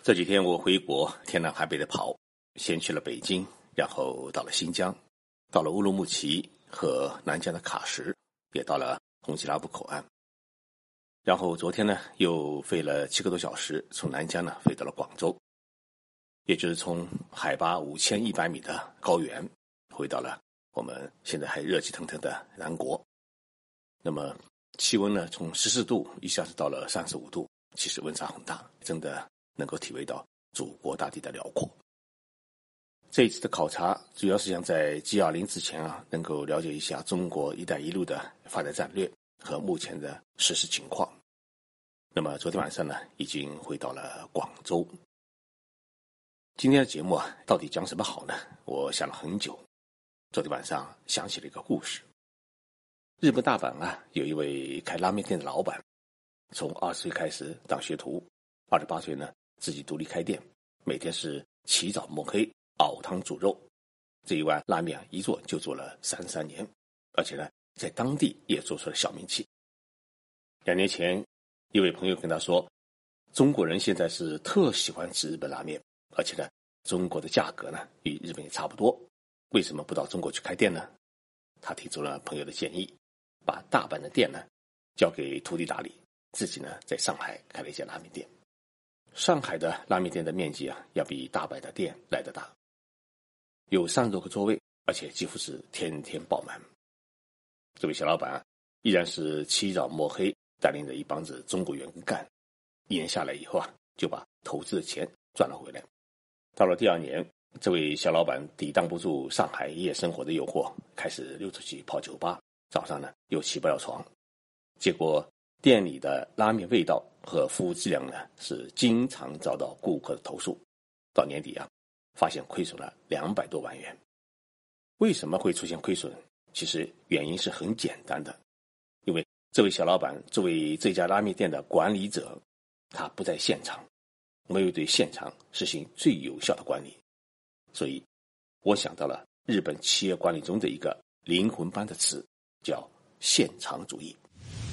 这几天我回国，天南海北的跑，先去了北京，然后到了新疆，到了乌鲁木齐和南疆的喀什，也到了红旗拉卜口岸。然后昨天呢，又飞了7个多小时，从南疆呢飞到了广州，也就是从海拔5100米的高原回到了我们现在还热气腾腾的南国。那么气温呢，从14度一下子到了35度，其实温差很大，真的能够体会到祖国大地的辽阔。这一次的考察主要是想在 G20 之前能够了解一下中国一带一路的发展战略和目前的实施情况。那么昨天晚上呢，已经回到了广州。今天的节目到底讲什么好呢？我想了很久。昨天晚上想起了一个故事。日本大阪有一位开拉面店的老板，从20岁开始当学徒，28岁呢自己独立开店，每天是起早摸黑熬汤煮肉，这一碗拉面一做就做了33年，而且呢在当地也做出了小名气。2年前一位朋友跟他说，中国人现在是特喜欢吃日本拉面，而且呢中国的价格呢与日本也差不多，为什么不到中国去开店呢？他提出了朋友的建议，把大阪的店呢交给徒弟打理，自己呢在上海开了一家拉面店。上海的拉面店的面积要比大阪的店来得大，有30多个座位，而且几乎是天天爆满。这位小老板依然是起早摸黑带领着一帮子中国员工干，1年下来以后就把投资的钱赚了回来。到了第2年，这位小老板抵挡不住上海夜生活的诱惑，开始溜出去泡酒吧，早上呢又起不了床，结果店里的拉面味道和服务质量呢是经常遭到顾客的投诉。到年底发现亏损了200多万元。为什么会出现亏损？其实原因是很简单的，因为这位小老板作为这家拉面店的管理者，他不在现场，没有对现场实行最有效的管理。所以我想到了日本企业管理中的一个灵魂般的词，叫现场主义。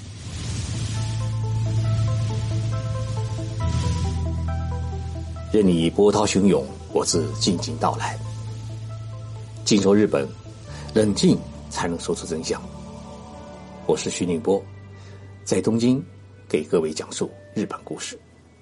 任你波涛汹涌，我自静静到来。静说日本，冷静才能说出真相。我是徐宁波，在东京给各位讲述日本故事。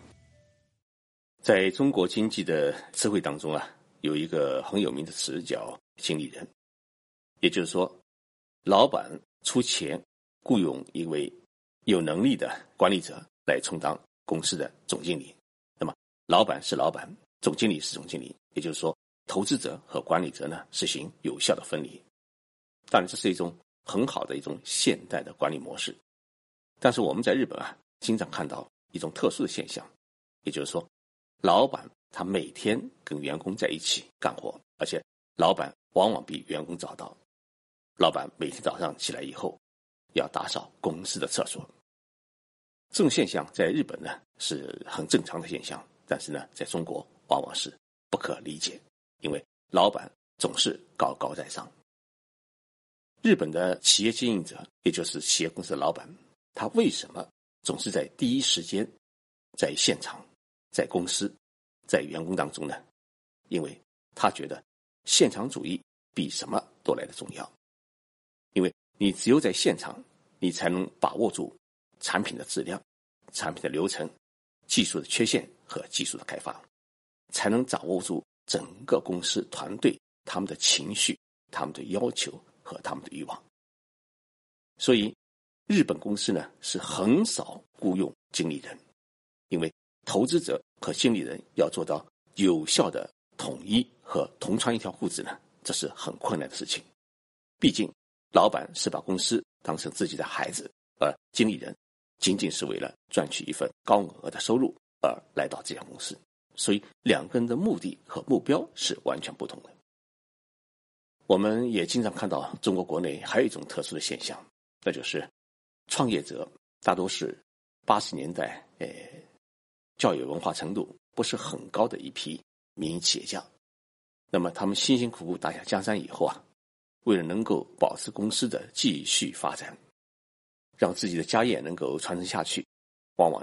在中国经济的词汇当中有一个很有名的词叫经理人，也就是说，老板出钱雇佣一位有能力的管理者来充当公司的总经理。那么老板是老板，总经理是总经理，也就是说投资者和管理者呢实行有效的分离。当然这是一种很好的一种现代的管理模式。但是我们在日本经常看到一种特殊的现象，也就是说老板他每天跟员工在一起干活，而且老板往往比员工早到。老板每天早上起来以后要打扫公司的厕所。这种现象在日本呢是很正常的现象，但是呢在中国往往是不可理解，因为老板总是高高在上。日本的企业经营者，也就是企业公司的老板，他为什么总是在第一时间在现场，在公司，在员工当中呢？因为他觉得现场主义比什么都来得重要。因为你只有在现场，你才能把握住产品的质量、产品的流程、技术的缺陷和技术的开发，才能掌握住整个公司团队他们的情绪、他们的要求和他们的欲望。所以日本公司呢是很少雇佣经理人，因为投资者和经理人要做到有效的统一和同穿一条裤子呢，这是很困难的事情。毕竟老板是把公司当成自己的孩子，而经理人仅仅是为了赚取一份高额的收入而来到这家公司，所以两个人的目的和目标是完全不同的。我们也经常看到中国国内还有一种特殊的现象，那就是创业者大多是80年代教育文化程度不是很高的一批民营企业家。那么他们辛辛苦苦打下江山以后为了能够保持公司的继续发展，让自己的家业能够传承下去，往往呢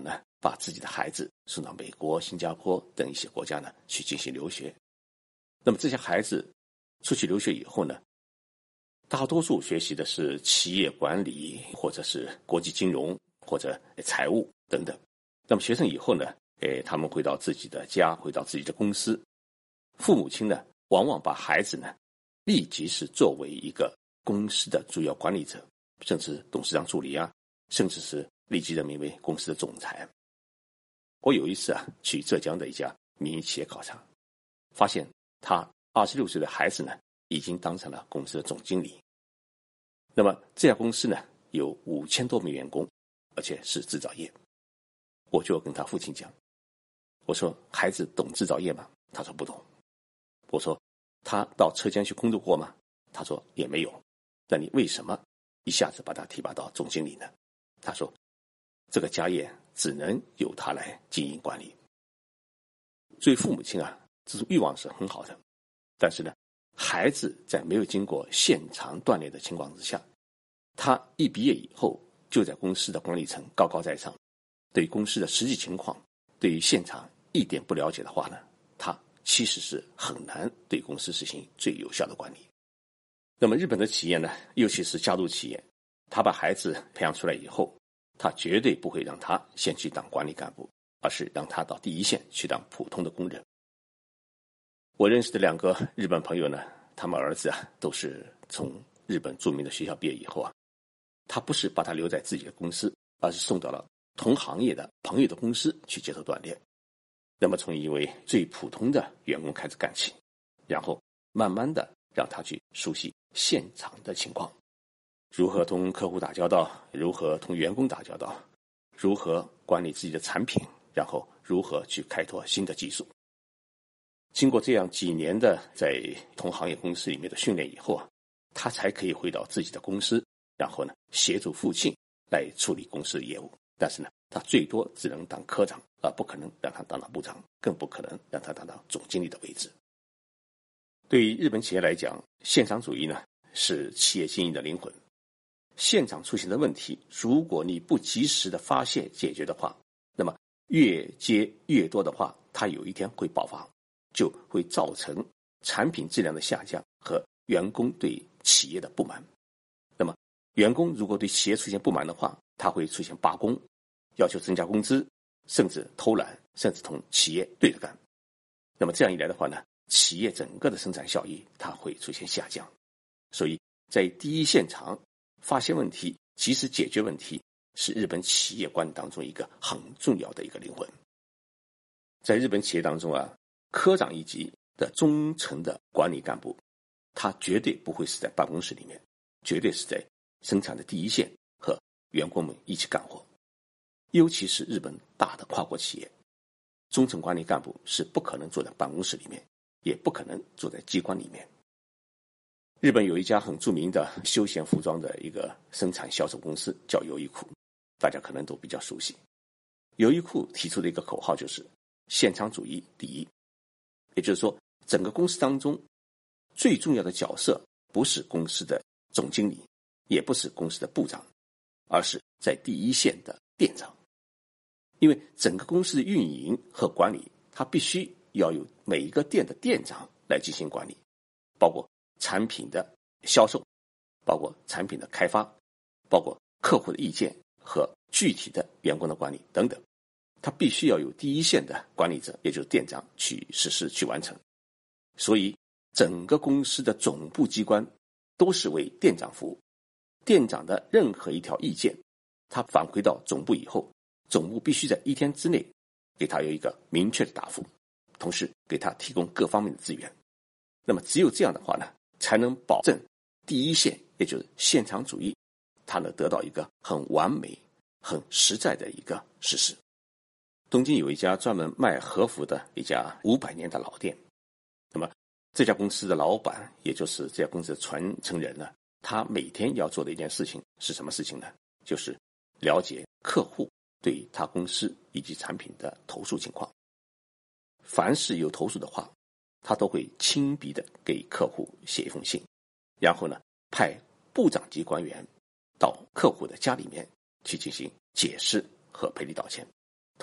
把自己的孩子送到美国、新加坡等一些国家呢去进行留学。那么这些孩子出去留学以后呢，大多数学习的是企业管理，或者是国际金融，或者财务等等。那么学成以后呢，他们回到自己的家，回到自己的公司，父母亲呢往往把孩子呢立即是作为一个公司的主要管理者，甚至董事长助理啊，甚至是立即任命为公司的总裁。我有一次去浙江的一家民营企业考察，发现他26岁的孩子呢已经当上了公司的总经理。那么这家公司呢有5000多名员工，而且是制造业。我就跟他父亲讲，我说孩子懂制造业吗？他说不懂。我说他到车间去工作过吗？他说也没有。那你为什么一下子把他提拔到总经理呢？他说这个家业只能由他来经营管理。所以父母亲这种欲望是很好的，但是呢，孩子在没有经过现场锻炼的情况之下，他一毕业以后就在公司的管理层高高在上，对公司的实际情况，对于现场一点不了解的话呢，他其实是很难对公司实行最有效的管理。那么日本的企业呢，尤其是家族企业，他把孩子培养出来以后，他绝对不会让他先去当管理干部，而是让他到第一线去当普通的工人。我认识的2个日本朋友呢，他们儿子都是从日本著名的学校毕业以后他不是把他留在自己的公司，而是送到了同行业的朋友的公司去接受锻炼。那么从一位最普通的员工开始干起，然后慢慢的让他去熟悉现场的情况，如何同客户打交道，如何同员工打交道，如何管理自己的产品，然后如何去开拓新的技术。经过这样几年的在同行业公司里面的训练以后他才可以回到自己的公司，然后呢协助父亲来处理公司的业务。但是呢，他最多只能当科长，而不可能让他当到部长，更不可能让他当到总经理的位置。对于日本企业来讲，现场主义呢是企业经营的灵魂。现场出现的问题，如果你不及时的发现解决的话，那么越接越多的话，它有一天会爆发，就会造成产品质量的下降和员工对企业的不满。那么员工如果对企业出现不满的话，他会出现罢工，要求增加工资，甚至偷懒，甚至同企业对着干。那么这样一来的话呢，企业整个的生产效益它会出现下降。所以在第一现场发现问题，及时解决问题，是日本企业管理当中一个很重要的一个灵魂。在日本企业当中科长一级的中层的管理干部，他绝对不会是在办公室里面，绝对是在生产的第一线和员工们一起干活。尤其是日本大的跨国企业，中层管理干部是不可能坐在办公室里面，也不可能坐在机关里面。日本有一家很著名的休闲服装的一个生产销售公司叫优衣库，大家可能都比较熟悉。优衣库提出的一个口号就是现场主义第一，也就是说整个公司当中最重要的角色不是公司的总经理，也不是公司的部长，而是在第一线的店长。因为整个公司的运营和管理，它必须要有每一个店的店长来进行管理，包括产品的销售，包括产品的开发，包括客户的意见和具体的员工的管理等等，它必须要有第一线的管理者，也就是店长去实施去完成。所以整个公司的总部机关都是为店长服务，店长的任何一条意见，他返回到总部以后，总部必须在1天之内给他有一个明确的答复，同时给他提供各方面的资源。那么只有这样的话呢，才能保证第一线，也就是现场主义，它能得到一个很完美、很实在的一个实施。东京有一家专门卖和服的一家500年的老店，那么这家公司的老板，也就是这家公司的传承人呢，他每天要做的一件事情是什么事情呢？就是了解客户对他公司以及产品的投诉情况。凡是有投诉的话，他都会亲笔的给客户写一封信，然后呢，派部长级官员到客户的家里面去进行解释和赔礼道歉，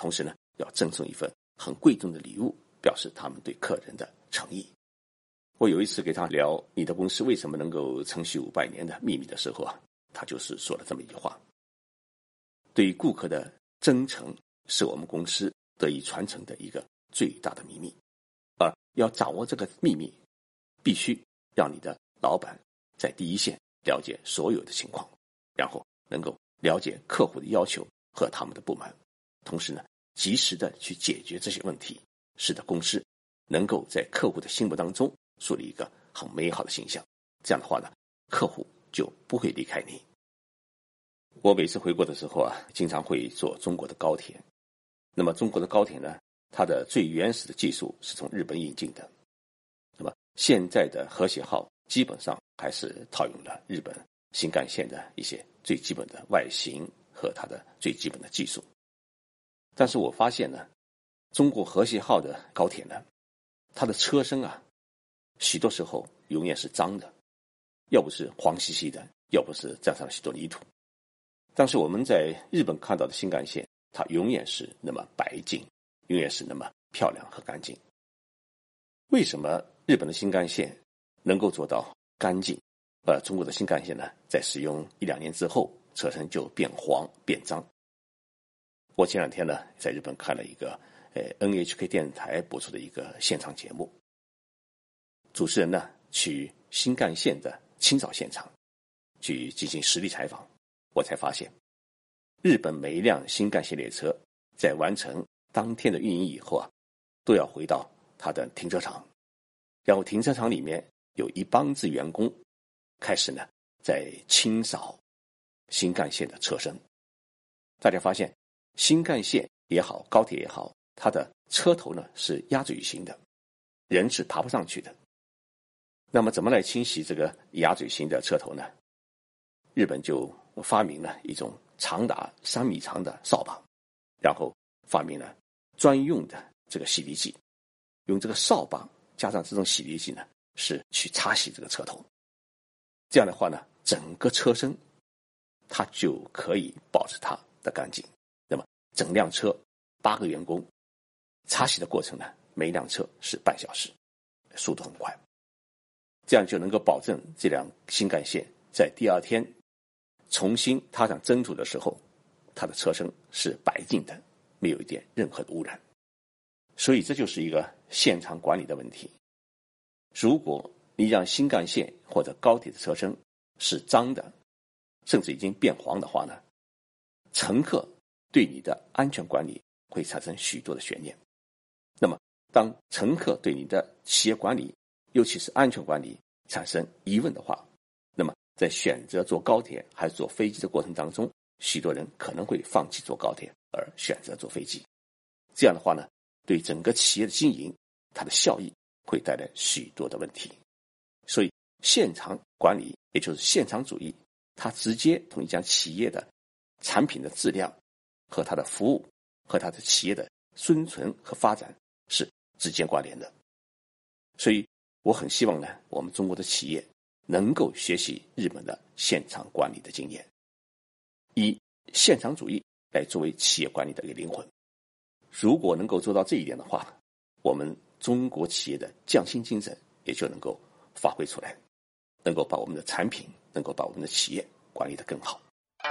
同时呢，要赠送一份很贵重的礼物，表示他们对客人的诚意。我有一次给他聊你的公司为什么能够承续500年的秘密的时候他就是说了这么一句话：对于顾客的真诚是我们公司得以传承的一个最大的秘密，而要掌握这个秘密，必须让你的老板在第一线了解所有的情况，然后能够了解客户的要求和他们的不满，同时呢，及时的去解决这些问题，使得公司能够在客户的心目当中树立一个很美好的形象。这样的话呢，客户就不会离开你。我每次回国的时候经常会坐中国的高铁。那么中国的高铁呢，它的最原始的技术是从日本引进的。那么现在的和谐号基本上还是套用了日本新干线的一些最基本的外形和它的最基本的技术。但是我发现呢，中国和谐号的高铁呢，它的车身许多时候永远是脏的，要不是黄兮兮的，要不是沾上了许多泥土。但是我们在日本看到的新干线，它永远是那么白净，永远是那么漂亮和干净。为什么日本的新干线能够做到干净，而中国的新干线呢，在使用1-2年之后，车身就变黄变脏？我前2天呢，在日本看了一个NHK 电视台播出的一个现场节目，主持人呢去新干线的清扫现场去进行实地采访，我才发现，日本每一辆新干线列车在完成当天的运营以后都要回到它的停车场，然后停车场里面有一帮子员工开始呢在清扫新干线的车身。大家发现，新干线也好，高铁也好，它的车头呢是鸭嘴型的，人是爬不上去的。那么怎么来清洗这个鸭嘴型的车头呢？日本就发明了一种长达3米长的扫把，然后发明了专用的这个洗涤剂，用这个扫把加上这种洗涤剂呢，是去擦洗这个车头。这样的话呢，整个车身它就可以保持它的干净。那么整辆车8个员工擦洗的过程呢，每辆车是半小时，速度很快。这样就能够保证这辆新干线在第2天重新踏上征途的时候，它的车身是白净的，没有一点任何的污染。所以这就是一个现场管理的问题。如果你让新干线或者高铁的车身是脏的，甚至已经变黄的话呢，乘客对你的安全管理会产生许多的悬念。那么当乘客对你的企业管理，尤其是安全管理产生疑问的话，那么在选择坐高铁还是坐飞机的过程当中，许多人可能会放弃坐高铁而选择坐飞机。这样的话呢，对整个企业的经营，它的效益会带来许多的问题。所以现场管理，也就是现场主义，它直接同一家企业的产品的质量和它的服务和它的企业的生存和发展是直接关联的。所以我很希望呢，我们中国的企业能够学习日本的现场管理的经验，以现场主义来作为企业管理的一个灵魂。如果能够做到这一点的话，我们中国企业的匠心精神也就能够发挥出来，能够把我们的产品，能够把我们的企业管理得更好。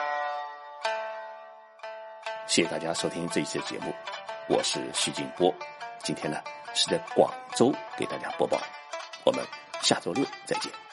谢谢大家收听这一期的节目，我是徐静波。今天呢是在广州给大家播报，我们下周6再见。